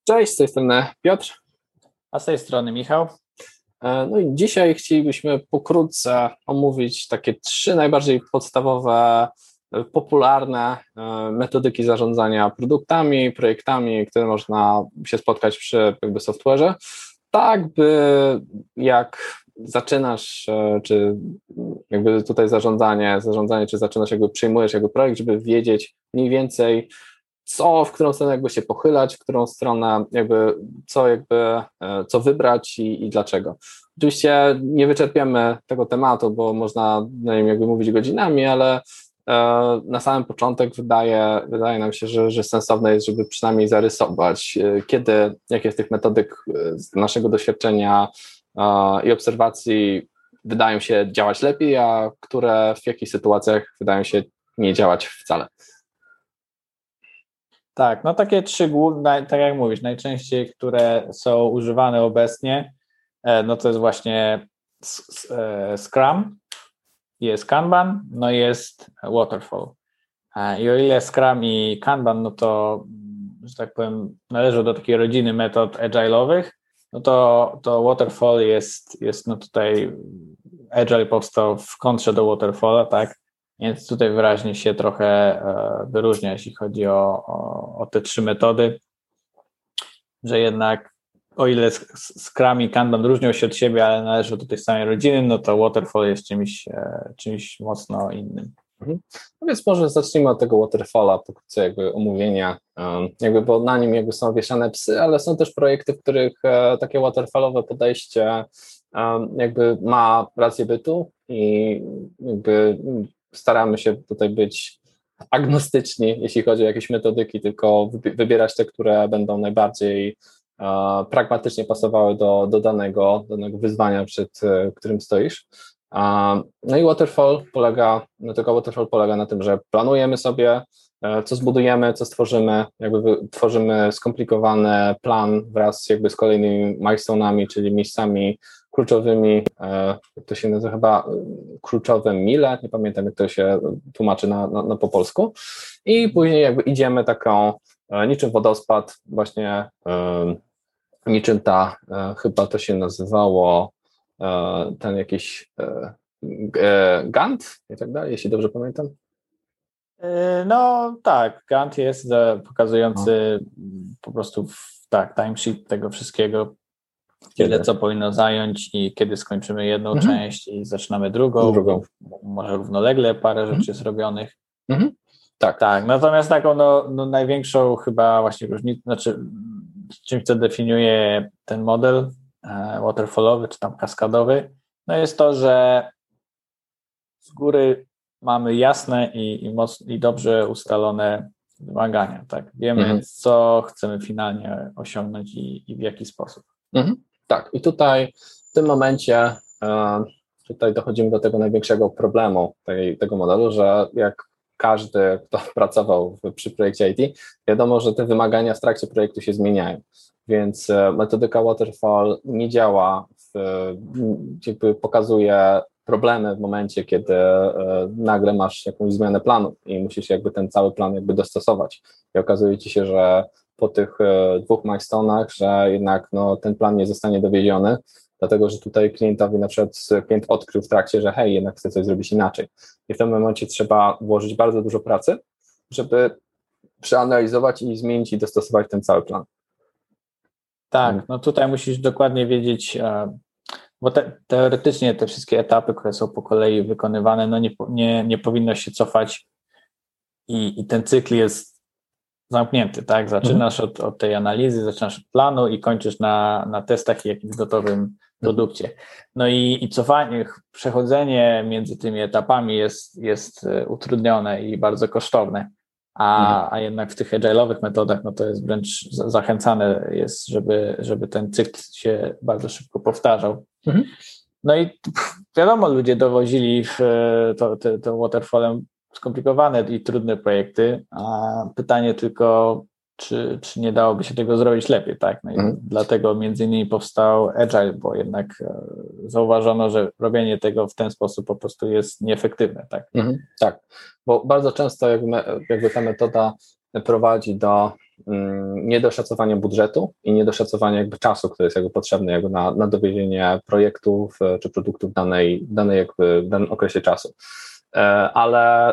Cześć, z tej strony Piotr. A z tej strony Michał. No i dzisiaj chcielibyśmy pokrótce omówić takie 3 najbardziej podstawowe, popularne metodyki zarządzania produktami, projektami, które można się spotkać przy software'ze, tak by jak zaczynasz, czy tutaj zarządzanie, czy zaczynasz, przyjmujesz projekt, żeby wiedzieć mniej więcej, w którą stronę się pochylać, w którą stronę co wybrać i dlaczego. Oczywiście nie wyczerpiemy tego tematu, bo można na nim mówić godzinami, ale na samym początek wydaje nam się, że sensowne jest, żeby przynajmniej zarysować, jakie z tych metodyk z naszego doświadczenia i obserwacji wydają się działać lepiej, a które w jakich sytuacjach wydają się nie działać wcale. Tak, no takie 3 główne, tak jak mówisz, najczęściej, które są używane obecnie, no to jest właśnie Scrum, jest Kanban, no jest Waterfall. I o ile Scrum i Kanban, no to, że tak powiem, należą do takiej rodziny metod agile'owych, no to Waterfall jest no tutaj Agile powstał w kontrze do Waterfalla, tak? Więc tutaj wyraźnie się trochę wyróżnia, jeśli chodzi o te 3 metody, że jednak o ile Scrum i Kanban różnią się od siebie, ale należą do tej samej rodziny, no to Waterfall jest czymś mocno innym. No więc może zacznijmy od tego Waterfalla, pokrótce omówienia, bo na nim są wieszane psy, ale są też projekty, w których takie waterfallowe podejście ma rację bytu i staramy się tutaj być agnostyczni, jeśli chodzi o jakieś metodyki, tylko wybierać te, które będą najbardziej pragmatycznie pasowały do danego wyzwania, przed którym stoisz. No i Waterfall polega na tym, że planujemy sobie, co zbudujemy, co stworzymy, tworzymy skomplikowany plan wraz z kolejnymi milestone'ami, czyli miejscami kluczowymi, jak to się nazywa, chyba kluczowe mile, nie pamiętam, jak to się tłumaczy na po polsku, i później idziemy taką niczym wodospad, właśnie niczym chyba to się nazywało ten jakiś Gantt i tak dalej, jeśli dobrze pamiętam. No tak, Gantt jest pokazujący po prostu timesheet tego wszystkiego, ile co powinno zająć i kiedy skończymy jedną część i zaczynamy drugą. Może równolegle parę rzeczy zrobionych. Tak, natomiast taką największą chyba właśnie różnicą, czymś, co definiuje ten model waterfallowy czy tam kaskadowy, no jest to, że z góry mamy jasne i dobrze ustalone wymagania, tak? Wiemy, co chcemy finalnie osiągnąć i w jaki sposób. Tak, i tutaj w tym momencie dochodzimy do tego największego problemu tego modelu, że jak każdy, kto pracował przy projekcie IT, wiadomo, że te wymagania w trakcie projektu się zmieniają, więc metodyka Waterfall nie działa, pokazuje problemy w momencie, kiedy nagle masz jakąś zmianę planu i musisz ten cały plan dostosować i okazuje ci się, że po tych 2 milestone'ach, że jednak ten plan nie zostanie dowieziony, dlatego że tutaj klientowi na przykład klient odkrył w trakcie, że hej, jednak chce coś zrobić inaczej. I w tym momencie trzeba włożyć bardzo dużo pracy, żeby przeanalizować i zmienić i dostosować ten cały plan. Tak, no tutaj musisz dokładnie wiedzieć, bo teoretycznie te wszystkie etapy, które są po kolei wykonywane, no nie powinno się cofać i ten cykl jest zamknięty, tak? Zaczynasz od tej analizy, zaczynasz od planu i kończysz na testach i jakimś gotowym produkcie. No i przechodzenie między tymi etapami jest utrudnione i bardzo kosztowne, a jednak w tych agile'owych metodach no to jest wręcz zachęcane jest, żeby ten cykl się bardzo szybko powtarzał. No i wiadomo, ludzie dowozili to waterfallem skomplikowane i trudne projekty, a pytanie tylko, czy nie dałoby się tego zrobić lepiej, tak? No i dlatego między innymi powstał Agile, bo jednak zauważono, że robienie tego w ten sposób po prostu jest nieefektywne, tak? Tak, bo bardzo często ta metoda prowadzi do niedoszacowanie budżetu i niedoszacowanie jakby czasu, który jest jakby potrzebny jakby na dowiezienie projektów czy produktów w danym okresie czasu. Ale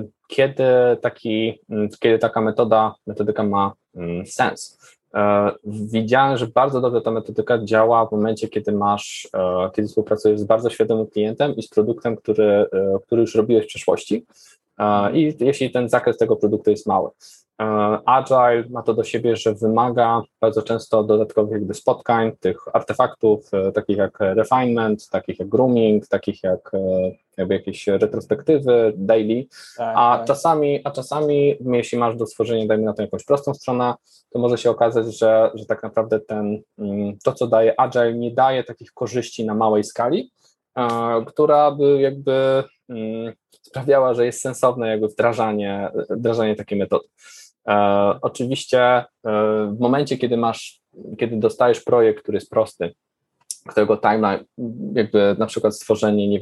kiedy taka metodyka ma sens? Widziałem, że bardzo dobrze ta metodyka działa w momencie, kiedy współpracujesz z bardzo świadomym klientem i z produktem, który już robiłeś w przeszłości i jeśli ten zakres tego produktu jest mały. Agile ma to do siebie, że wymaga bardzo często dodatkowych jakby spotkań, tych artefaktów, takich jak refinement, takich jak grooming, takich jak jakby jakieś retrospektywy, daily, a czasami, jeśli masz do stworzenia, dajmy na to jakąś prostą stronę, to może się okazać, że tak naprawdę to, co daje Agile, nie daje takich korzyści na małej skali, która by jakby sprawiała, że jest sensowne jakby wdrażanie takiej metody. Oczywiście w momencie, kiedy dostajesz projekt, który jest prosty, którego timeline, jakby na przykład stworzenie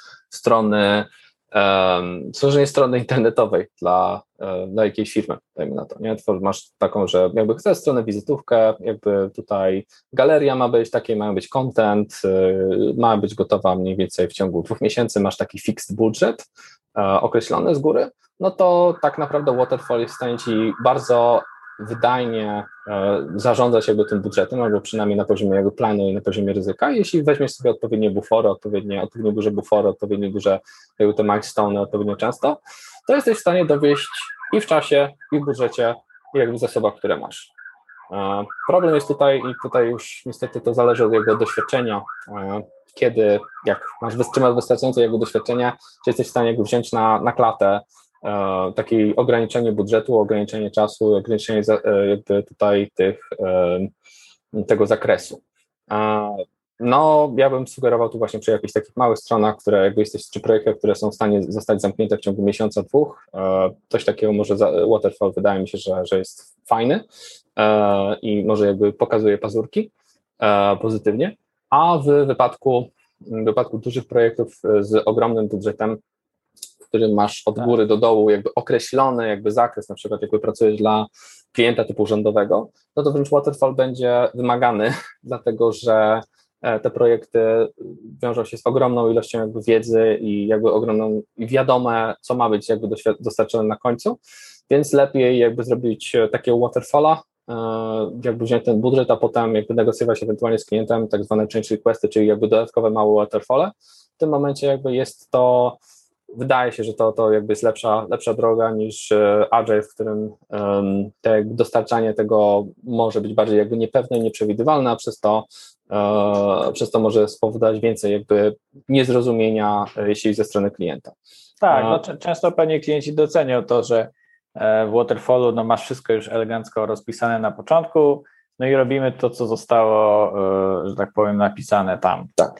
strony internetowej dla jakiejś firmy, dajmy na to, nie? Masz taką, że jakby chcesz stronę wizytówkę, jakby tutaj galeria ma być, mają być content, ma być gotowa mniej więcej w ciągu 2 miesięcy, masz taki fixed budżet określony z góry, no to tak naprawdę Waterfall jest w stanie ci bardzo wydajnie zarządzać jakby tym budżetem, albo przynajmniej na poziomie jakby planu i na poziomie ryzyka. Jeśli weźmiesz sobie odpowiednie bufory, odpowiednio duże bufory, odpowiednio duże jakby te milestone odpowiednio często, to jesteś w stanie dowieść i w czasie, i w budżecie, i jakby w zasobach, które masz. Problem jest tutaj już niestety to zależy od jego doświadczenia, jak masz wystarczające jego doświadczenia, czy jesteś w stanie jakby wziąć na klatę takie ograniczenie budżetu, ograniczenie czasu, ograniczenie jakby tutaj tego zakresu. No, ja bym sugerował tu właśnie przy jakichś takich małych stronach, czy projektach, które są w stanie zostać zamknięte w ciągu miesiąca, 2, coś takiego może Waterfall wydaje mi się, że jest fajny i może jakby pokazuje pazurki pozytywnie, a w wypadku dużych projektów z ogromnym budżetem, w którym masz od góry do dołu jakby określony jakby zakres, na przykład jakby pracujesz dla klienta typu rządowego, no to wręcz Waterfall będzie wymagany, dlatego że te projekty wiążą się z ogromną ilością jakby wiedzy i jakby ogromną i wiadome, co ma być jakby dostarczone na końcu, więc lepiej jakby zrobić takiego Waterfalla, jakby wziąć ten budżet, a potem jakby negocjować ewentualnie z klientem tak zwane change requesty, czyli jakby dodatkowe małe Waterfalle. W tym momencie jakby wydaje się, że to jakby jest lepsza droga niż Agile, w którym dostarczanie tego może być bardziej jakby niepewne i nieprzewidywalne, a przez to może spowodować więcej jakby niezrozumienia, jeśli ze strony klienta. Tak, no często pewnie klienci docenią to, że w Waterfallu masz wszystko już elegancko rozpisane na początku, no i robimy to, co zostało, że tak powiem, napisane tam. Tak.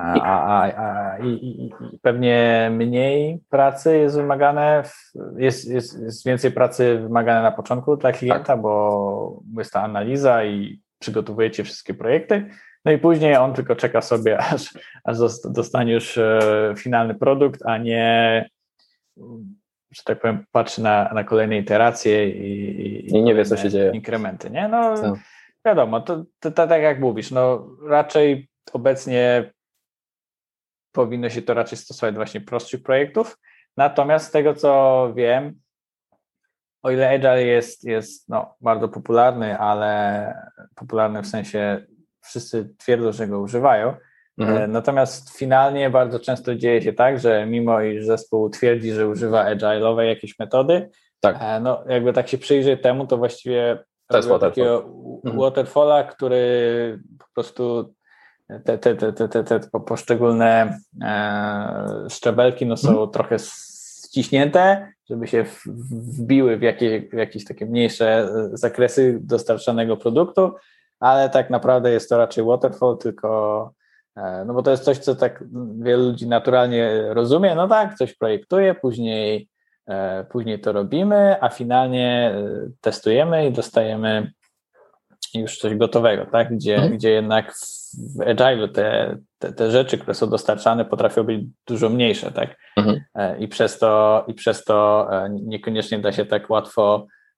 I pewnie mniej pracy jest wymagane, jest więcej pracy wymagane na początku dla klienta, tak, bo jest ta analiza i przygotowujecie wszystkie projekty, no i później on tylko czeka sobie, aż dostanie już finalny produkt, a nie, że tak powiem, patrzy na kolejne iteracje i nie wie, co się dzieje. Inkrementy, nie? No tak. Wiadomo, to tak jak mówisz, no raczej obecnie powinno się to raczej stosować właśnie prostszych projektów, natomiast z tego, co wiem, o ile Agile jest bardzo popularny, ale popularny w sensie wszyscy twierdzą, że go używają, natomiast finalnie bardzo często dzieje się tak, że mimo iż zespół twierdzi, że używa agile'owej jakiejś metody, tak, no jakby tak się przyjrzy temu, to właściwie to jest takiego Waterfalla, który po prostu te poszczególne szczebelki są trochę ściśnięte, żeby się wbiły w jakieś takie mniejsze zakresy dostarczanego produktu, ale tak naprawdę jest to raczej Waterfall, tylko no bo to jest coś, co tak wielu ludzi naturalnie rozumie, no tak, coś projektuje, później to robimy, a finalnie testujemy i dostajemy już coś gotowego, tak? Gdzie jednak w Agile'u te rzeczy, które są dostarczane, potrafią być dużo mniejsze, tak? I przez to niekoniecznie da się tak łatwo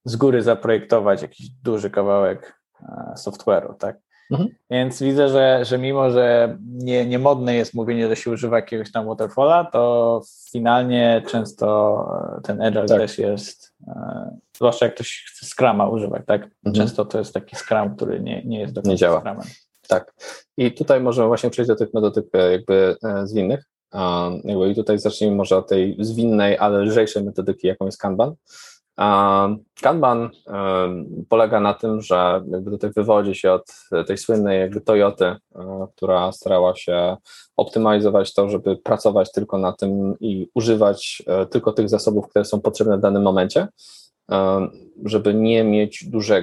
z góry zaprojektować jakiś duży kawałek software'u, tak? Więc widzę, że mimo, że nie modne jest mówienie, że się używa jakiegoś tam waterfalla, to finalnie często ten agile też jest, zwłaszcza jak ktoś chce Scruma używać, tak? Często to jest taki Scrum, który nie jest do końca Scrumem. Tak. I tutaj możemy właśnie przejść do tych metodyk jakby zwinnych. I tutaj zacznijmy może od tej zwinnej, ale lżejszej metodyki, jaką jest Kanban. Kanban polega na tym, że jakby tutaj wywodzi się od tej słynnej jakby Toyoty, która starała się optymalizować to, żeby pracować tylko na tym i używać tylko tych zasobów, które są potrzebne w danym momencie, żeby nie mieć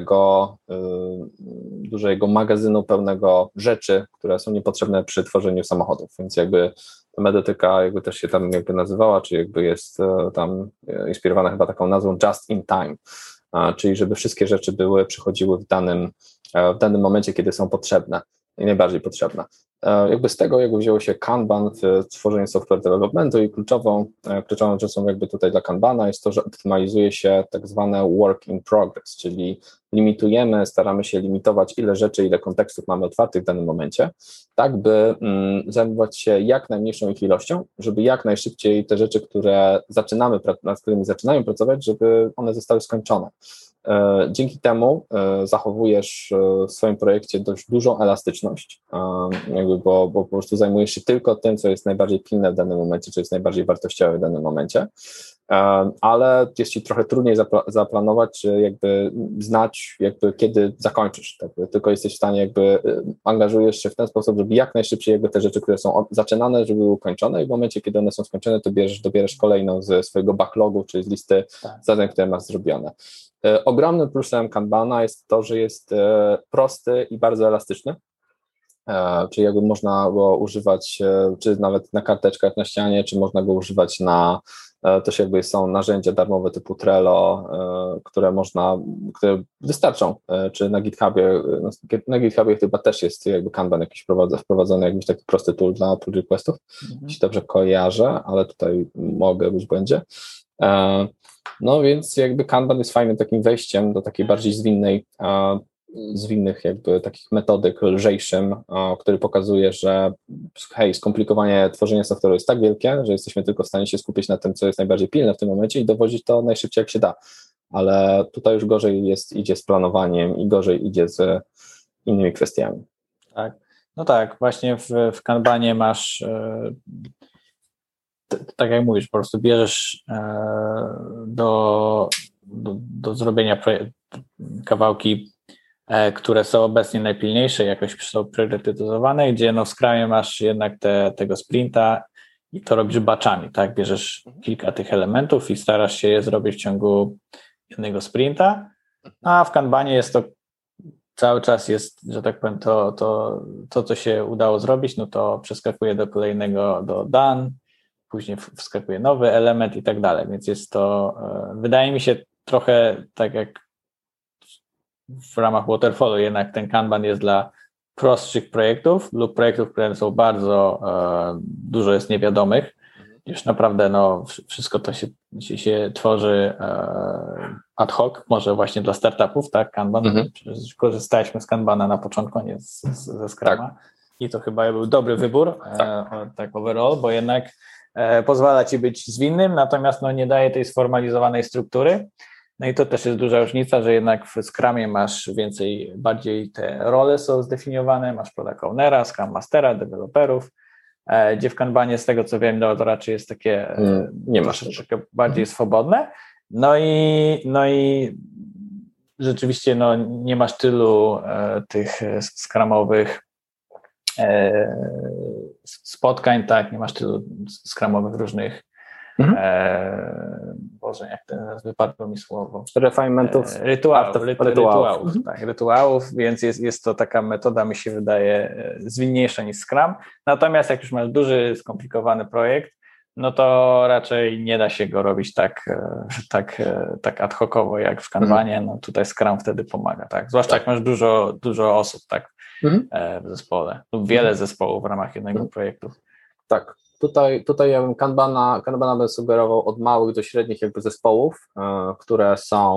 dużego magazynu pełnego rzeczy, które są niepotrzebne przy tworzeniu samochodów, więc jakby ta metodyka jakby też się tam jakby nazywała, czy jakby jest tam inspirowana chyba taką nazwą just in time, czyli żeby wszystkie rzeczy przychodziły w danym momencie, kiedy są potrzebne i najbardziej potrzebne. Jakby z tego jakby wzięło się Kanban w tworzeniu software developmentu i kluczową rzeczą jakby tutaj dla Kanbana jest to, że optymalizuje się tak zwane work in progress, czyli staramy się limitować ile kontekstów mamy otwartych w danym momencie, tak by zajmować się jak najmniejszą ich ilością, żeby jak najszybciej te rzeczy, nad którymi zaczynamy pracować, żeby one zostały skończone. Dzięki temu zachowujesz w swoim projekcie dość dużą elastyczność, bo po prostu zajmujesz się tylko tym, co jest najbardziej pilne w danym momencie, co jest najbardziej wartościowe w danym momencie, ale jest ci trochę trudniej zaplanować, czy jakby znać, jakby kiedy zakończysz. Tak? Tylko jesteś w stanie, jakby angażujesz się w ten sposób, żeby jak najszybciej jakby te rzeczy, które są zaczynane, żeby były ukończone i w momencie, kiedy one są skończone, to dobierasz kolejną ze swojego backlogu, czyli z listy zadań, które masz zrobione. Ogromnym plusem Kanbana jest to, że jest prosty i bardzo elastyczny, czyli jakby można go używać czy nawet na karteczkach na ścianie, czy można go używać też jakby są narzędzia darmowe typu Trello, które wystarczą, czy na GitHubie chyba też jest jakby Kanban jakiś wprowadzony, jakiś taki prosty tool dla pull requestów, jeśli dobrze kojarzę, ale tutaj mogę być w błędzie. No więc jakby Kanban jest fajnym takim wejściem do takiej bardziej zwinnych jakby takich metodyk lżejszym, który pokazuje, że skomplikowanie tworzenia software'u jest tak wielkie, że jesteśmy tylko w stanie się skupić na tym, co jest najbardziej pilne w tym momencie i dowodzić to najszybciej jak się da, ale tutaj już gorzej idzie z planowaniem i gorzej idzie z innymi kwestiami. Tak, no tak, właśnie w Kanbanie masz tak jak mówisz, po prostu bierzesz do zrobienia kawałki, które są obecnie najpilniejsze, jakoś są priorytetyzowane, gdzie w Scrumie masz jednak tego sprinta i to robisz batchami, tak? Bierzesz kilka tych elementów i starasz się je zrobić w ciągu jednego sprinta, a w Kanbanie jest to cały czas jest, że tak powiem, to co się udało zrobić, no to przeskakuje do kolejnego, do done, później wskakuje nowy element i tak dalej, więc jest to, wydaje mi się trochę tak jak w ramach Waterfallu, jednak ten Kanban jest dla prostszych projektów lub projektów, które są bardzo, dużo jest niewiadomych, już naprawdę wszystko to się tworzy ad hoc, może właśnie dla startupów, tak, Kanban, korzystaliśmy z Kanbana na początku, nie ze Scruma i to chyba był dobry wybór, tak overall, bo jednak pozwala ci być zwinnym, natomiast nie daje tej sformalizowanej struktury. No i to też jest duża różnica, że jednak w Scrumie masz bardziej te role są zdefiniowane, masz product ownera, Scrum mastera, deweloperów, gdzie w Kanbanie z tego co wiem, to raczej jest takie troszeczkę bardziej swobodne. No i rzeczywiście nie masz tylu tych scrumowych spotkań, tak, nie masz tylu scrumowych różnych Boże, jak teraz wypadło mi słowo. Refinementów. Rytuałów, więc jest to taka metoda, mi się wydaje, zwinniejsza niż Scrum. Natomiast jak już masz duży, skomplikowany projekt, no to raczej nie da się go robić tak ad hocowo jak w Kanbanie. No tutaj Scrum wtedy pomaga, tak? Zwłaszcza jak masz dużo osób, tak, w zespole lub wiele zespołów w ramach jednego projektu. Tak. Tutaj ja bym Kanbana bym sugerował od małych do średnich jakby zespołów, które są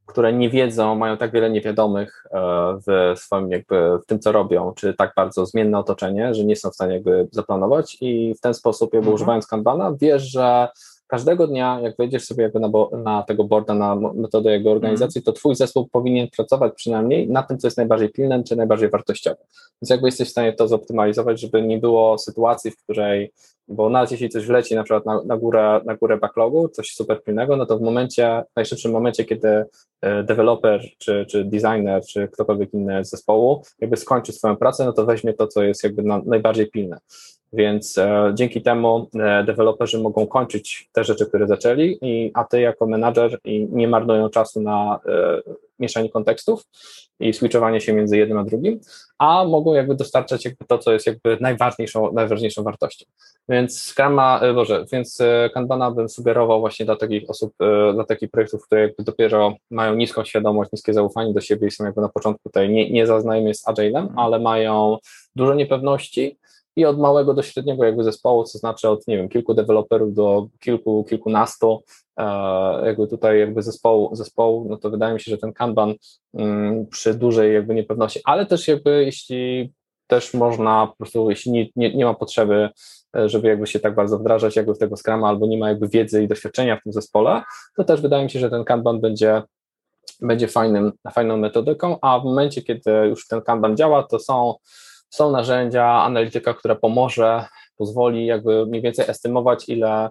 które nie wiedzą, mają tak wiele niewiadomych w swoim jakby w tym, co robią, czy tak bardzo zmienne otoczenie, że nie są w stanie jakby zaplanować i w ten sposób jakby używając Kanbana wiesz, że każdego dnia, jak wejdziesz sobie jakby na tego boarda, na metodę jego organizacji, to twój zespół powinien pracować przynajmniej na tym, co jest najbardziej pilne, czy najbardziej wartościowe. Więc jakby jesteś w stanie to zoptymalizować, żeby nie było sytuacji, w której, bo nawet jeśli coś wleci na przykład na górę backlogu, coś super pilnego, no to w najszybszym momencie, kiedy deweloper, czy designer, czy ktokolwiek inny z zespołu jakby skończy swoją pracę, no to weźmie to, co jest jakby najbardziej pilne. Więc dzięki temu deweloperzy mogą kończyć te rzeczy, które zaczęli, a ty jako menadżer nie marnują czasu na mieszanie kontekstów i switchowanie się między jednym a drugim, a mogą jakby dostarczać jakby to, co jest jakby najważniejszą wartością. Więc Kanbana bym sugerował właśnie dla takich osób, dla takich projektów, które jakby dopiero mają niską świadomość, niskie zaufanie do siebie i są jakby na początku tutaj nie zaznajomi z Agilem, ale mają dużo niepewności i od małego do średniego jakby zespołu, co znaczy od, nie wiem, kilku deweloperów do kilkunastu, jakby tutaj jakby zespołu, no to wydaje mi się, że ten Kanban przy dużej jakby niepewności, ale też jakby jeśli też można po prostu, jeśli nie ma potrzeby, żeby jakby się tak bardzo wdrażać jakby w tego Scruma, albo nie ma jakby wiedzy i doświadczenia w tym zespole, to też wydaje mi się, że ten Kanban będzie fajną metodyką, a w momencie, kiedy już ten Kanban działa, to są narzędzia, analityka, która pozwoli jakby mniej więcej estymować,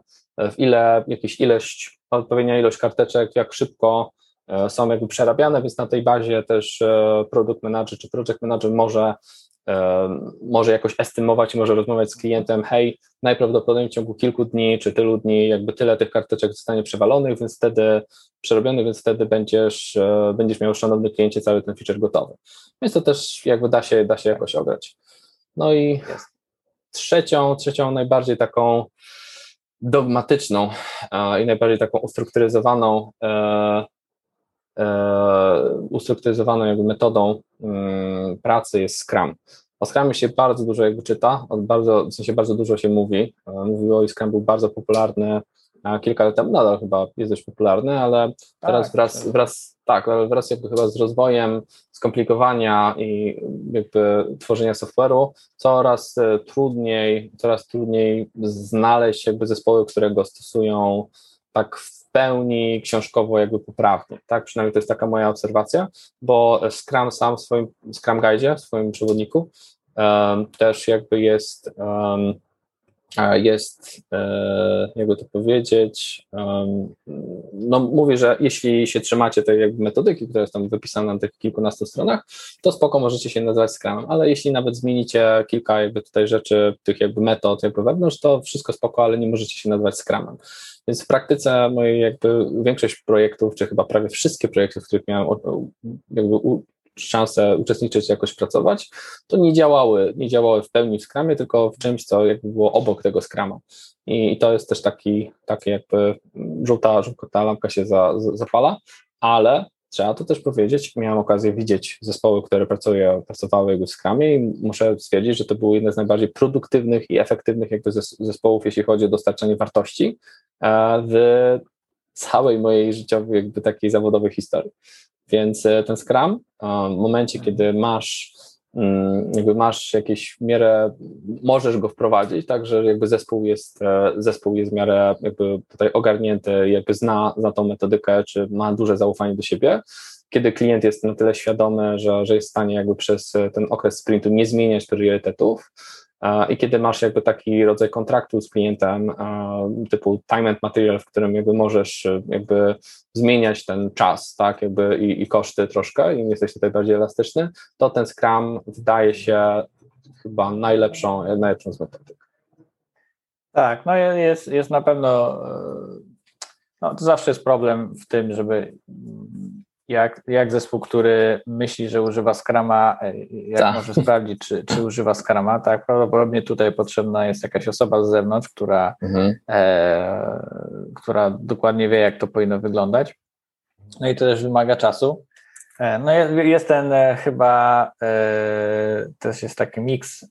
odpowiednia ilość karteczek, jak szybko są jakby przerabiane, więc na tej bazie też product manager czy project manager może jakoś estymować i może rozmawiać z klientem, hej, najprawdopodobniej w ciągu kilku dni czy tylu dni jakby tyle tych karteczek zostanie przerobionych, więc wtedy będziesz miał, szanowny kliencie, cały ten feature gotowy. Więc to też jakby da się jakoś ograć. No i trzecią najbardziej taką dogmatyczną i najbardziej taką ustrukturyzowaną jakby metodą pracy jest Scrum. O Scrumie się bardzo dużo jakby czyta, bardzo dużo się mówi. Mówiło i Scrum był bardzo popularny kilka lat temu, nadal chyba jest dość popularny, ale teraz wraz jakby chyba z rozwojem skomplikowania i jakby tworzenia software'u coraz trudniej znaleźć jakby zespoły, które go stosują tak w pełni książkowo jakby poprawnie, tak? Przynajmniej to jest taka moja obserwacja, bo Scrum sam w swoim Scrum Guide'zie, w swoim przewodniku też jakby jakby to powiedzieć, no mówi, że jeśli się trzymacie tej jakby metodyki, która jest tam wypisana na tych kilkunastu stronach, to spoko, możecie się nazywać Scrumem, ale jeśli nawet zmienicie kilka jakby tutaj rzeczy, tych jakby metod jakby wewnątrz, to wszystko spoko, ale nie możecie się nazywać Scrumem. Więc w praktyce mojej jakby większość projektów, czy chyba prawie wszystkie projekty, w których miałem jakby szansę uczestniczyć, jakoś pracować, to nie działały w pełni w Scrumie, tylko w czymś, co jakby było obok tego Scruma. I to jest też taki jakby żółta lampka się zapala, ale trzeba to też powiedzieć, miałem okazję widzieć zespoły, które pracowały jakby w Scrumie i muszę stwierdzić, że to były jedne z najbardziej produktywnych i efektywnych jakby zespołów, jeśli chodzi o dostarczanie wartości w całej mojej życiowej jakby takiej zawodowej historii. Więc ten Scrum w momencie, kiedy masz jakieś w miarę, możesz go wprowadzić, tak, że jakby zespół jest w miarę jakby tutaj ogarnięty, jakby zna tą metodykę, czy ma duże zaufanie do siebie, kiedy klient jest na tyle świadomy, że jest w stanie jakby przez ten okres sprintu nie zmieniać priorytetów, i kiedy masz jakby taki rodzaj kontraktu z klientem typu time and material, w którym jakby możesz jakby zmieniać ten czas, tak, jakby i koszty troszkę i jesteś tutaj bardziej elastyczny, to ten Scrum wydaje się chyba najlepszą z metodyk. Tak, no jest na pewno, no to zawsze jest problem w tym, żeby jak zespół, który myśli, że używa Scruma, może sprawdzić, czy używa Scruma, tak, prawdopodobnie tutaj potrzebna jest jakaś osoba z zewnątrz, która dokładnie wie, jak to powinno wyglądać. No i to też wymaga czasu. No jest ten chyba, też jest taki mix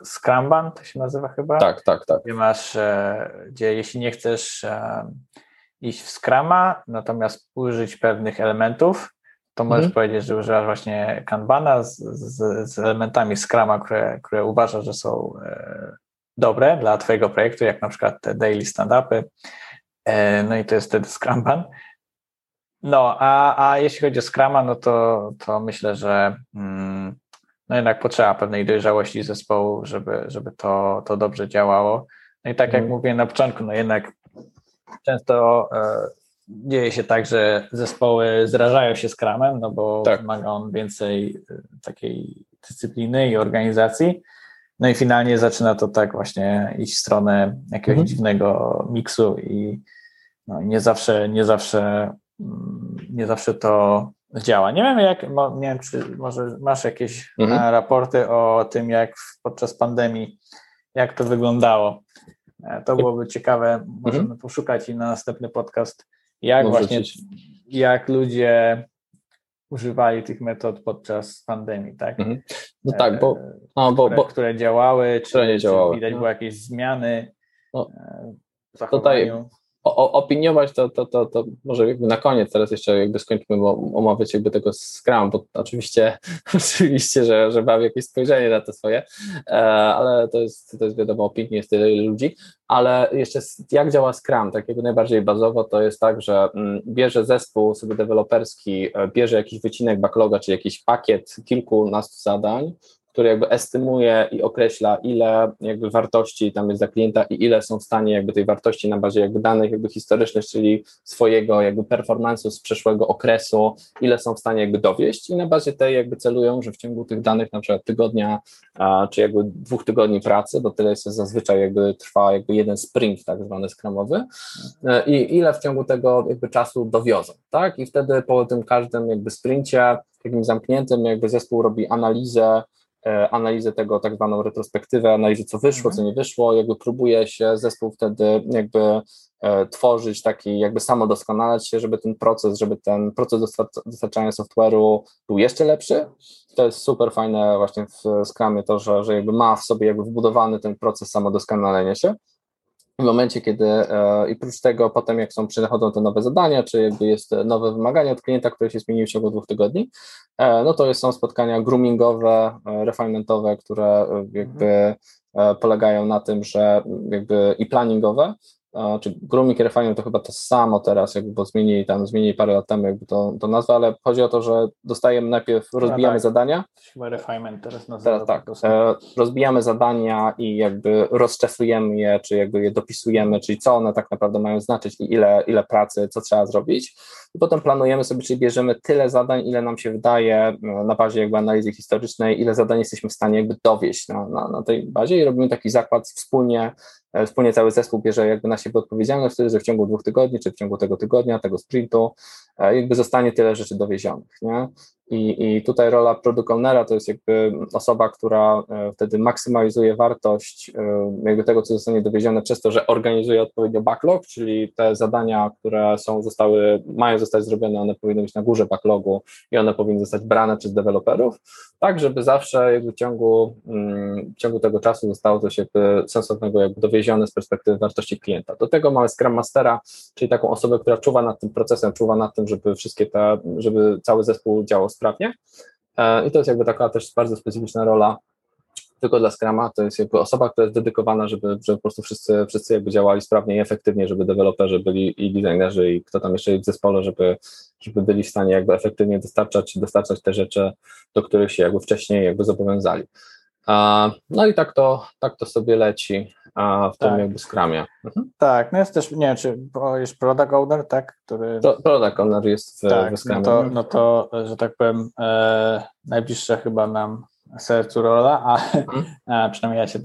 Scrumban, to się nazywa chyba. Tak. Gdzie jeśli nie chcesz iść w Scruma, natomiast użyć pewnych elementów, to możesz powiedzieć, że używasz właśnie Kanbana z elementami Scruma, które uważasz, że są dobre dla twojego projektu, jak na przykład te daily stand-upy, no i to jest wtedy Scrumban. No, a jeśli chodzi o Scruma, no to myślę, że no jednak potrzeba pewnej dojrzałości zespołu, żeby to dobrze działało. No i tak jak mówiłem na początku, no jednak często dzieje się tak, że zespoły zrażają się Scrumem, no bo wymaga on więcej takiej dyscypliny i organizacji. No i finalnie zaczyna to tak właśnie iść w stronę jakiegoś dziwnego miksu i no, nie zawsze to działa. Nie wiem, czy może masz jakieś raporty o tym, jak podczas pandemii, jak to wyglądało. To byłoby ciekawe, możemy poszukać i na następny podcast, jak ludzie używali tych metod podczas pandemii, tak? No tak, które działały, które nie działały. Widać było jakieś zmiany w zachowaniu. Tutaj opiniować to może jakby na koniec, teraz jeszcze jakby skończymy omawiać jakby tego Scrum, bo oczywiście, że mam jakieś spojrzenie na to swoje, ale to jest wiadomo, opinie jest tyle ludzi, ale jeszcze jak działa Scrum, tak jakby najbardziej bazowo to jest tak, że bierze zespół sobie deweloperski, bierze jakiś wycinek backloga, czy jakiś pakiet kilkunastu zadań, który jakby estymuje i określa, ile jakby wartości tam jest dla klienta i ile są w stanie jakby tej wartości na bazie jakby danych jakby historycznych, czyli swojego jakby performance'u z przeszłego okresu, ile są w stanie jakby dowieść i na bazie tej jakby celują, że w ciągu tych danych na przykład tygodnia, czy jakby 2 tygodni pracy, bo tyle jest zazwyczaj jakby trwa jakby jeden sprint tak zwany scrumowy i ile w ciągu tego jakby czasu dowiozą, tak? I wtedy po tym każdym jakby sprincie, takim zamkniętym jakby zespół robi analizę tego, tak zwaną retrospektywę, analizę co wyszło, co nie wyszło, jakby próbuje się zespół wtedy jakby tworzyć taki, jakby samodoskonalać się, żeby ten proces dostarczania software'u był jeszcze lepszy. To jest super fajne właśnie w Scrumie to, że jakby ma w sobie jakby wbudowany ten proces samodoskonalenia się. W momencie, kiedy i prócz tego potem jak przychodzą te nowe zadania, czy jakby jest nowe wymagania od klienta, które się zmieniły w ciągu 2 tygodni, no to są spotkania groomingowe, refinementowe, które jakby polegają na tym, że jakby i planningowe, czy grooming i refinement to chyba to samo teraz, jakby, bo zmienili parę lat temu jakby to nazwę, ale chodzi o to, że dostajemy najpierw, rozbijamy zadania. Refinement teraz nazywa. Tak, rozbijamy zadania i jakby rozczesujemy je, czy jakby je dopisujemy, czyli co one tak naprawdę mają znaczyć i ile pracy, co trzeba zrobić. I potem planujemy sobie, czyli bierzemy tyle zadań, ile nam się wydaje na bazie jakby analizy historycznej, ile zadań jesteśmy w stanie jakby dowieść na tej bazie i robimy taki zakład wspólnie cały zespół bierze jakby na siebie odpowiedzialność wtedy, że w ciągu 2 tygodni, czy w ciągu tego tygodnia, tego sprintu jakby zostanie tyle rzeczy dowiezionych, nie? I tutaj rola product ownera to jest jakby osoba, która wtedy maksymalizuje wartość jakby tego, co zostanie dowiezione przez to, że organizuje odpowiednio backlog, czyli te zadania, które mają zostać zrobione, one powinny być na górze backlogu i one powinny zostać brane przez deweloperów, tak żeby zawsze jakby w ciągu tego czasu zostało coś jakby sensownego jakby dowiezione z perspektywy wartości klienta. Do tego mamy Scrum Mastera, czyli taką osobę, która czuwa nad tym procesem, czuwa nad tym, żeby cały zespół działał sprawnie. I to jest jakby taka też bardzo specyficzna rola tylko dla Scruma, to jest jakby osoba, która jest dedykowana, żeby po prostu wszyscy jakby działali sprawnie i efektywnie, żeby deweloperzy byli i designerzy i kto tam jeszcze jest w zespole, żeby byli w stanie jakby efektywnie dostarczać te rzeczy, do których się jakby wcześniej jakby zobowiązali. No i tak to sobie leci w tym jakby Scrumie. Tak, no jest też, nie wiem, czy jest product owner, tak? Product owner jest w Scrumie. No to, że tak powiem, najbliższa chyba nam sercu rola, a przynajmniej ja się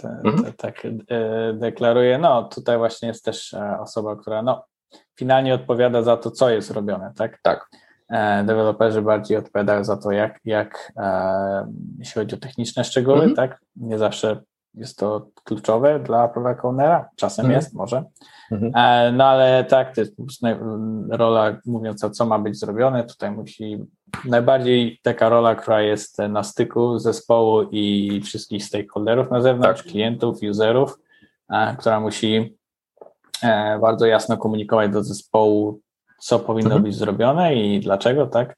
tak deklaruję. No tutaj właśnie jest też osoba, która finalnie odpowiada za to, co jest robione, tak? Tak. Deweloperzy bardziej odpowiadają za to, jak jeśli chodzi o techniczne szczegóły, tak? Nie zawsze jest to kluczowe dla product ownera, czasem jest, może. No ale tak, to jest po prostu rola mówiąca, co ma być zrobione. Tutaj musi najbardziej taka rola, która jest na styku zespołu i wszystkich stakeholderów na zewnątrz, klientów, userów, która musi bardzo jasno komunikować do zespołu, co powinno być zrobione i dlaczego, tak?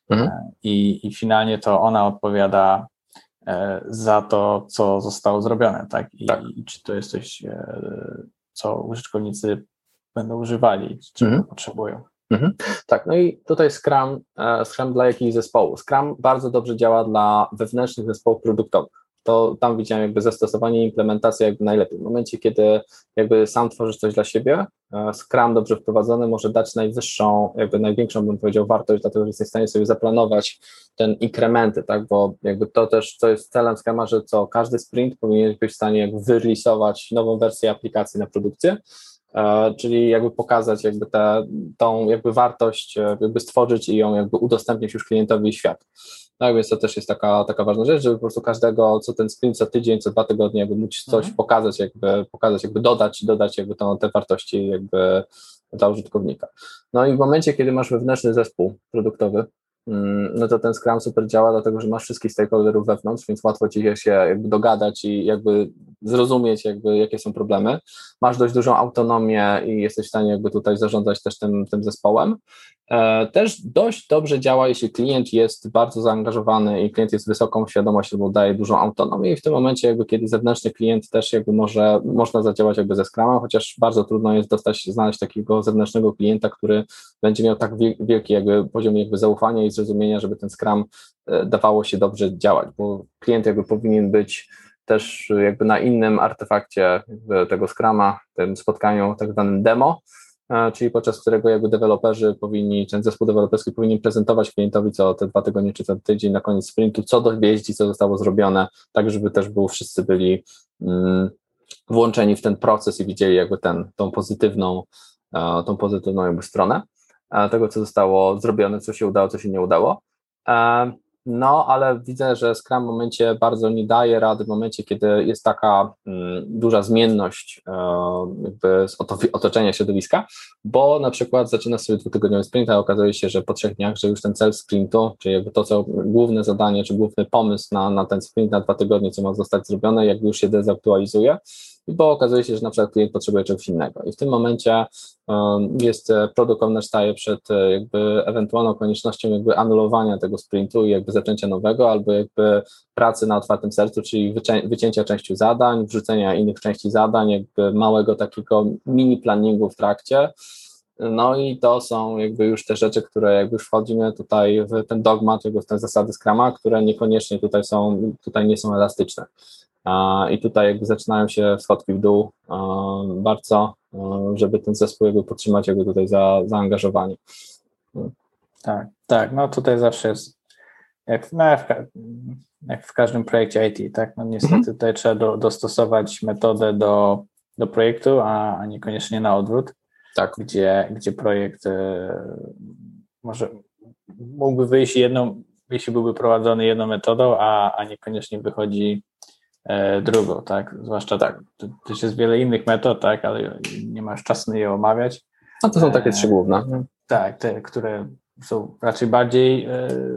I finalnie to ona odpowiada za to, co zostało zrobione, tak? I czy to jest coś, co użytkownicy będą używali, czego potrzebują. Tak, no i tutaj Scrum dla jakich zespołów? Scrum bardzo dobrze działa dla wewnętrznych zespołów produktowych. To tam widziałem jakby zastosowanie i implementacja jakby najlepiej. W momencie, kiedy jakby sam tworzysz coś dla siebie, Scrum dobrze wprowadzony może dać największą, bym powiedział, wartość, dlatego że jesteś w stanie sobie zaplanować ten inkrementy, tak, bo jakby to też, co jest celem Scruma, że każdy sprint powinien być w stanie jakby wyrelisować nową wersję aplikacji na produkcję, czyli jakby pokazać jakby tą jakby wartość, jakby stworzyć i ją jakby udostępnić już klientowi i światu. Tak, więc to też jest taka ważna rzecz, żeby po prostu każdego, co ten sprint, co tydzień, co 2 tygodnie, jakby móc coś pokazać, jakby dodać jakby te wartości jakby dla użytkownika. No i w momencie, kiedy masz wewnętrzny zespół produktowy, no to ten Scrum super działa, dlatego że masz wszystkich stakeholderów wewnątrz, więc łatwo ci się jakby dogadać i jakby zrozumieć jakby jakie są problemy. Masz dość dużą autonomię i jesteś w stanie jakby tutaj zarządzać też tym zespołem. Też dość dobrze działa, jeśli klient jest bardzo zaangażowany i klient jest wysoką świadomość albo daje dużą autonomię i w tym momencie jakby kiedy zewnętrzny klient też jakby można zadziałać jakby ze Scrumem, chociaż bardzo trudno jest znaleźć takiego zewnętrznego klienta, który będzie miał tak wielki jakby poziom jakby zaufania i zrozumienia, żeby ten Scrum dawało się dobrze działać, bo klient jakby powinien być też jakby na innym artefakcie tego Scruma, tym spotkaniu tak zwanym demo, czyli podczas którego jakby ten zespół deweloperski powinien prezentować klientowi co te 2 tygodnie czy ten tydzień na koniec sprintu, co dowieźli, co zostało zrobione, tak żeby też wszyscy byli włączeni w ten proces i widzieli jakby tą pozytywną jakby stronę tego, co zostało zrobione, co się udało, co się nie udało. No, ale widzę, że Scrum w momencie bardzo nie daje rady, w momencie, kiedy jest taka duża zmienność jakby z otoczenia środowiska, bo na przykład zaczyna sobie 2-tygodniowy sprint, a okazuje się, że po 3 dniach, że już ten cel sprintu, czyli jakby to, co główne zadanie, czy główny pomysł na ten sprint na 2 tygodnie, co ma zostać zrobione, jakby już się dezaktualizuje, bo okazuje się, że na przykład klient potrzebuje czegoś innego i w tym momencie product owner staje przed jakby ewentualną koniecznością jakby anulowania tego sprintu i jakby zaczęcia nowego, albo jakby pracy na otwartym sercu, czyli wycięcia części zadań, wrzucenia innych części zadań, jakby małego takiego mini planningu w trakcie. No i to są jakby już te rzeczy, które jakby już wchodzimy tutaj w ten dogmat, jakby w te zasady Scruma, które niekoniecznie tutaj nie są elastyczne. I tutaj jakby zaczynają się schodki w dół bardzo, żeby ten zespół jakby podtrzymać jakby tutaj zaangażowanie. Tak, no tutaj zawsze jest jak w każdym projekcie IT, tak, no niestety tutaj trzeba dostosować metodę do projektu, a niekoniecznie na odwrót, tak. Gdzie projekt może mógłby wyjść jeśli byłby prowadzony jedną metodą, a niekoniecznie wychodzi drugą, tak? Zwłaszcza tak, też jest wiele innych metod, tak, ale nie masz czasu je omawiać. A to są takie 3 główne. Tak, te, które są raczej bardziej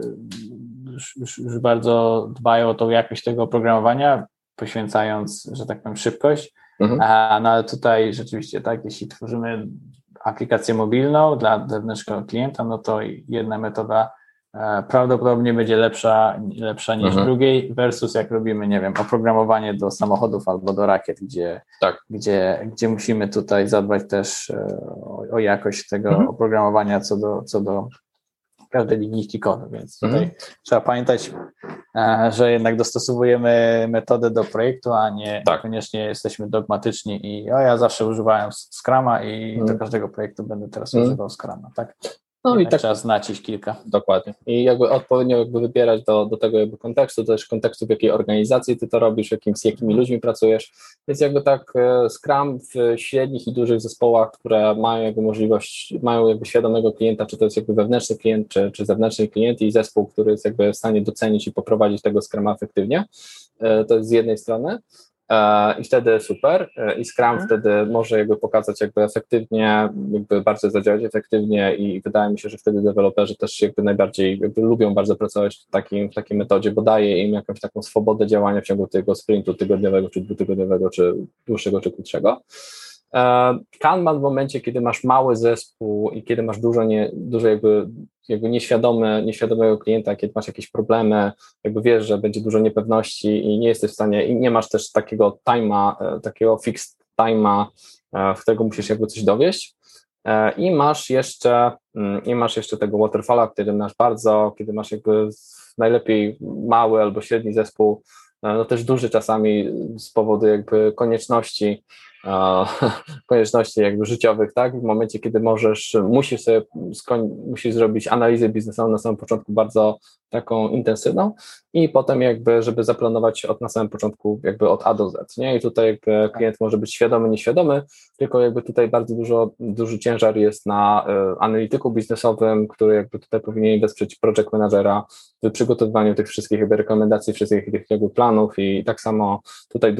już bardzo dbają o tą jakość tego oprogramowania, poświęcając, że tak powiem, szybkość. No ale tutaj rzeczywiście tak, jeśli tworzymy aplikację mobilną dla wewnętrznego klienta, no to jedna metoda prawdopodobnie będzie lepsza niż drugiej versus jak robimy, nie wiem, oprogramowanie do samochodów albo do rakiet, gdzie musimy tutaj zadbać też o jakość tego oprogramowania co do każdej linijki kodu, więc tutaj trzeba pamiętać, że jednak dostosowujemy metodę do projektu, a nie koniecznie jesteśmy dogmatyczni i ja zawsze używałem Scruma i do każdego projektu będę teraz używał Scruma, tak? No i tak trzeba znać ich kilka. Dokładnie. I jakby odpowiednio jakby wybierać do tego jakby kontekstu, też kontekstu, w jakiej organizacji ty to robisz, z jakimi ludźmi pracujesz. Więc jakby tak Scrum w średnich i dużych zespołach, które mają jakby możliwość, mają jakby świadomego klienta, czy to jest jakby wewnętrzny klient, czy zewnętrzny klient i zespół, który jest jakby w stanie docenić i poprowadzić tego Scruma efektywnie. To jest z jednej strony. I wtedy super i Scrum wtedy może jakby pokazać jakby efektywnie, jakby bardzo zadziałać efektywnie i wydaje mi się, że wtedy deweloperzy też jakby najbardziej jakby lubią bardzo pracować w takiej metodzie, bo daje im jakąś taką swobodę działania w ciągu tego sprintu tygodniowego, czy 2-tygodniowego, czy dłuższego, czy krótszego. Kanban w momencie, kiedy masz mały zespół i kiedy masz dużo jakby nieświadomego klienta, kiedy masz jakieś problemy, jakby wiesz, że będzie dużo niepewności i nie jesteś w stanie, i nie masz też takiego takiego fixed time'a, w którego musisz jakby coś dowieść. I masz jeszcze tego waterfalla, kiedy masz jakby najlepiej mały albo średni zespół, no też duży czasami z powodu jakby konieczności jakby życiowych, tak? W momencie, kiedy musisz zrobić analizę biznesową na samym początku bardzo taką intensywną i potem jakby, żeby zaplanować na samym początku jakby od A do Z, nie? I tutaj jakby klient może być świadomy, nieświadomy, tylko jakby tutaj bardzo duży ciężar jest na analityku biznesowym, który jakby tutaj powinien wesprzeć project managera w przygotowywaniu tych wszystkich jakby rekomendacji, wszystkich tych jakby planów i tak samo tutaj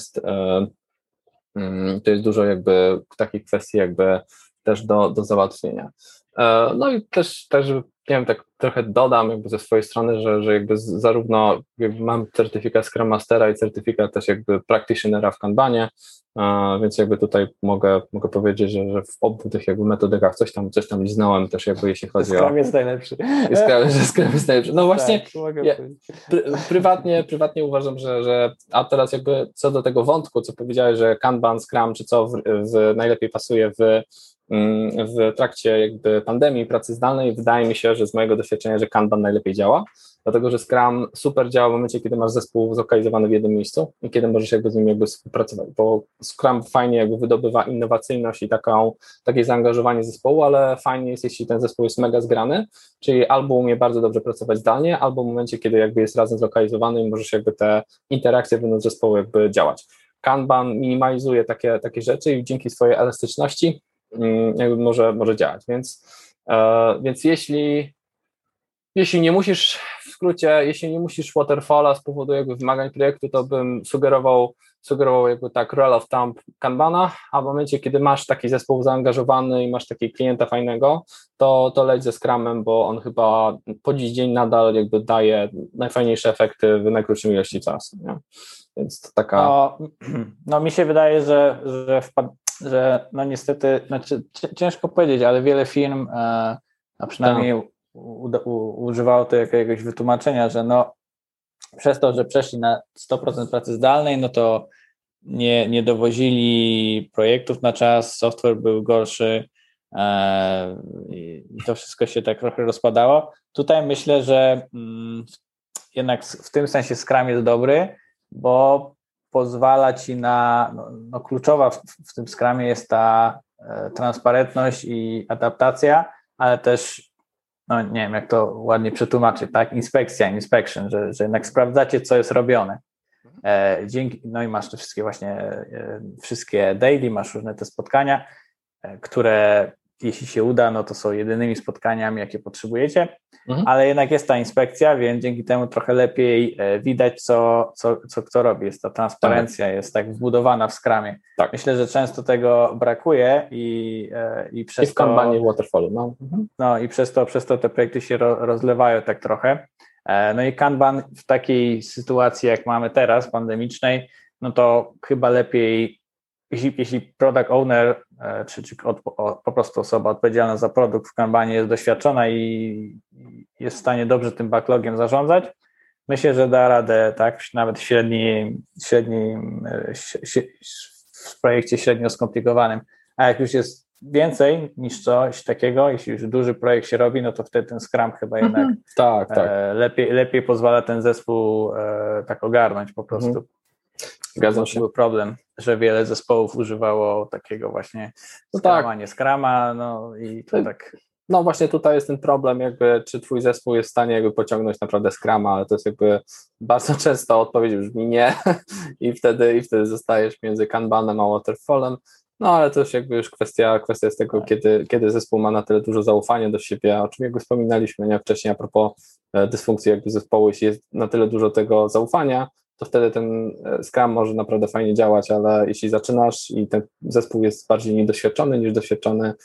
to jest dużo jakby takich kwestii jakby też do załatwienia. No i też nie wiem, tak trochę dodam jakby ze swojej strony, że jakby zarówno jakby mam certyfikat Scrum Mastera i certyfikat też jakby practitionera w Kanbanie, więc jakby tutaj mogę powiedzieć, że w obu tych jakby metodykach coś tam liznąłem też jakby jeśli chodzi o... Scrum jest najlepszy. Scrum jest najlepszy. No właśnie, tak, prywatnie uważam, a teraz jakby co do tego wątku, co powiedziałeś, że Kanban, Scrum, czy co najlepiej pasuje w trakcie jakby pandemii, pracy zdalnej, wydaje mi się, że z mojego doświadczenia, że Kanban najlepiej działa, dlatego że Scrum super działa w momencie, kiedy masz zespół zlokalizowany w jednym miejscu i kiedy możesz jakby z nim jakby współpracować, bo Scrum fajnie jakby wydobywa innowacyjność i takie zaangażowanie zespołu, ale fajnie jest, jeśli ten zespół jest mega zgrany, czyli albo umie bardzo dobrze pracować zdalnie, albo w momencie, kiedy jakby jest razem zlokalizowany i możesz jakby te interakcje wewnątrz zespołu jakby działać. Kanban minimalizuje takie rzeczy i dzięki swojej elastyczności jakby może działać, więc jeśli nie musisz, w skrócie, jeśli nie musisz waterfalla z powodu jakby wymagań projektu, to bym sugerował jakby tak rule of thumb Kanbana, a w momencie, kiedy masz taki zespół zaangażowany i masz takiego klienta fajnego, to leć ze Scrumem, bo on chyba po dziś dzień nadal jakby daje najfajniejsze efekty w najkrótszej ilości czasu, nie? Więc to taka... No mi się wydaje, że no niestety, znaczy ciężko powiedzieć, ale wiele firm, a przynajmniej używało to jakiegoś wytłumaczenia, że no przez to, że przeszli na 100% pracy zdalnej, no to nie dowozili projektów na czas, software był gorszy i to wszystko się tak trochę rozpadało. Tutaj myślę, że jednak w tym sensie Scrum jest dobry, bo pozwala ci no kluczowa w tym Scrumie jest ta transparentność i adaptacja, ale też, no nie wiem jak to ładnie przetłumaczyć, tak, inspection, że jednak sprawdzacie, co jest robione. No i masz te wszystkie daily, masz różne te spotkania, które jeśli się uda, no to są jedynymi spotkaniami, jakie potrzebujecie, ale jednak jest ta inspekcja, więc dzięki temu trochę lepiej widać, co kto robi. Jest ta transparencja, jest tak wbudowana w Scrumie. Tak. Myślę, że często tego brakuje i przez w Kanbanie waterfallu. No i przez to te projekty się rozlewają tak trochę. No i Kanban w takiej sytuacji, jak mamy teraz, pandemicznej, no to chyba lepiej, jeśli product owner, czy po prostu osoba odpowiedzialna za produkt w Kanbanie jest doświadczona i jest w stanie dobrze tym backlogiem zarządzać, myślę, że da radę, tak, nawet w projekcie średnio skomplikowanym. A jak już jest więcej niż coś takiego, jeśli już duży projekt się robi, no to wtedy ten Scrum chyba jednak tak. Lepiej pozwala ten zespół tak ogarnąć po prostu. Zgadzam się. Był problem, że wiele zespołów używało takiego właśnie Scruma, nie Scruma, no i to tak... No właśnie tutaj jest ten problem, jakby czy twój zespół jest w stanie jakby pociągnąć naprawdę Scruma, ale to jest jakby bardzo często odpowiedź brzmi nie i wtedy zostajesz między Kanbanem a Waterfallem, no ale to już jakby już kwestia jest tego, kiedy zespół ma na tyle dużo zaufania do siebie, o czym jakby wspominaliśmy nie wcześniej a propos dysfunkcji jakby zespołu, jeśli jest na tyle dużo tego zaufania, to wtedy ten Scrum może naprawdę fajnie działać, ale jeśli zaczynasz i ten zespół jest bardziej niedoświadczony niż doświadczony,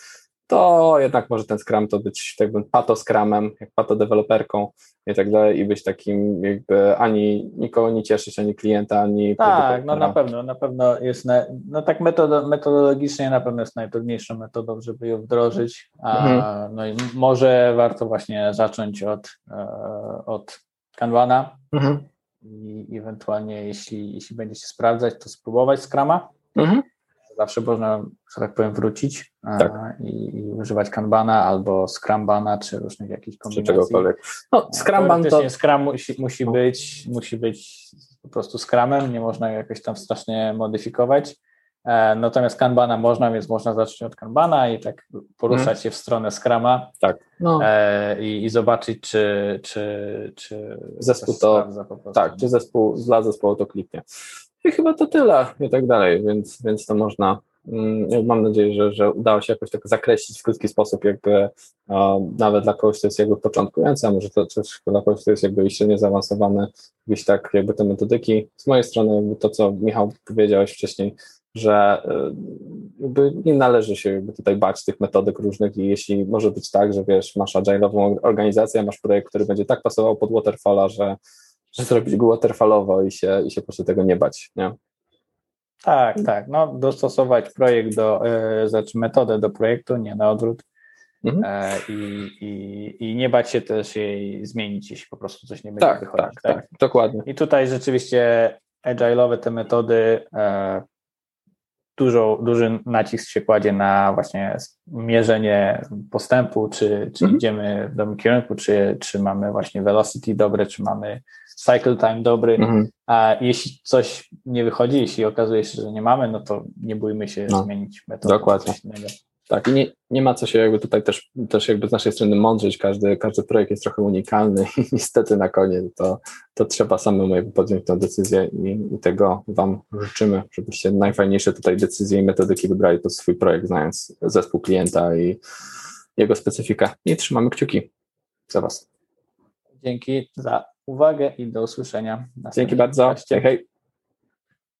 to jednak może ten Scrum to być jakby pato-Scrumem, jak pato-deweloperką i tak dalej i być takim jakby ani nikogo nie cieszyć, ani klienta, ani tak, no na pewno jest, no tak metodologicznie na pewno jest najtrudniejszą metodą, żeby ją wdrożyć, no i może warto właśnie zacząć od Kanbana i ewentualnie jeśli będzie się sprawdzać, to spróbować Scruma. Zawsze można, że tak powiem, wrócić i używać Kanbana albo Scrumbana, czy różnych jakichś kombinacji. Czy czegokolwiek. No, Scrumban to... Scrum musi być po prostu Scrumem, nie można jakoś tam strasznie modyfikować. Natomiast Kanbana można, więc można zacząć od Kanbana i tak poruszać się w stronę Scruma i zobaczyć, czy zespół to po prostu, tak, czy dla zespołu to kliknie. I chyba to tyle i tak dalej, więc to można, mam nadzieję, że udało się jakoś tak zakreślić w krótki sposób, jakby nawet dla kogoś, kto jest jakby początkujący, a może to też dla kogoś, kto jest jakby jeszcze nie zaawansowany, gdzieś tak jakby te metodyki. Z mojej strony jakby to, co Michał powiedziałeś wcześniej, że jakby nie należy się jakby tutaj bać tych metodyk różnych i jeśli może być tak, że wiesz, masz agile'ową organizację, masz projekt, który będzie tak pasował pod waterfalla, że zrobić go waterfallowo i się po prostu tego nie bać, nie? Tak, no dostosować projekt znaczy metodę do projektu, nie na odwrót i nie bać się też jej zmienić, jeśli po prostu coś nie będzie wychodzić. Tak, dokładnie. I tutaj rzeczywiście agile'owe te metody duży nacisk się kładzie na właśnie mierzenie postępu, czy idziemy w dobrym kierunku, czy mamy właśnie velocity dobre, czy mamy cycle time dobry, a jeśli coś nie wychodzi, jeśli okazuje się, że nie mamy, no to nie bójmy się zmienić metody. Dokładnie. Tak, i nie ma co się jakby tutaj też jakby z naszej strony mądrzyć, każdy projekt jest trochę unikalny i niestety na koniec to trzeba samemu jakby podjąć tę decyzję i tego Wam życzymy, żebyście najfajniejsze tutaj decyzje i metodyki wybrali pod swój projekt, znając zespół klienta i jego specyfikę i trzymamy kciuki za Was. Dzięki za uwagę i do usłyszenia. Dzięki bardzo. Hej.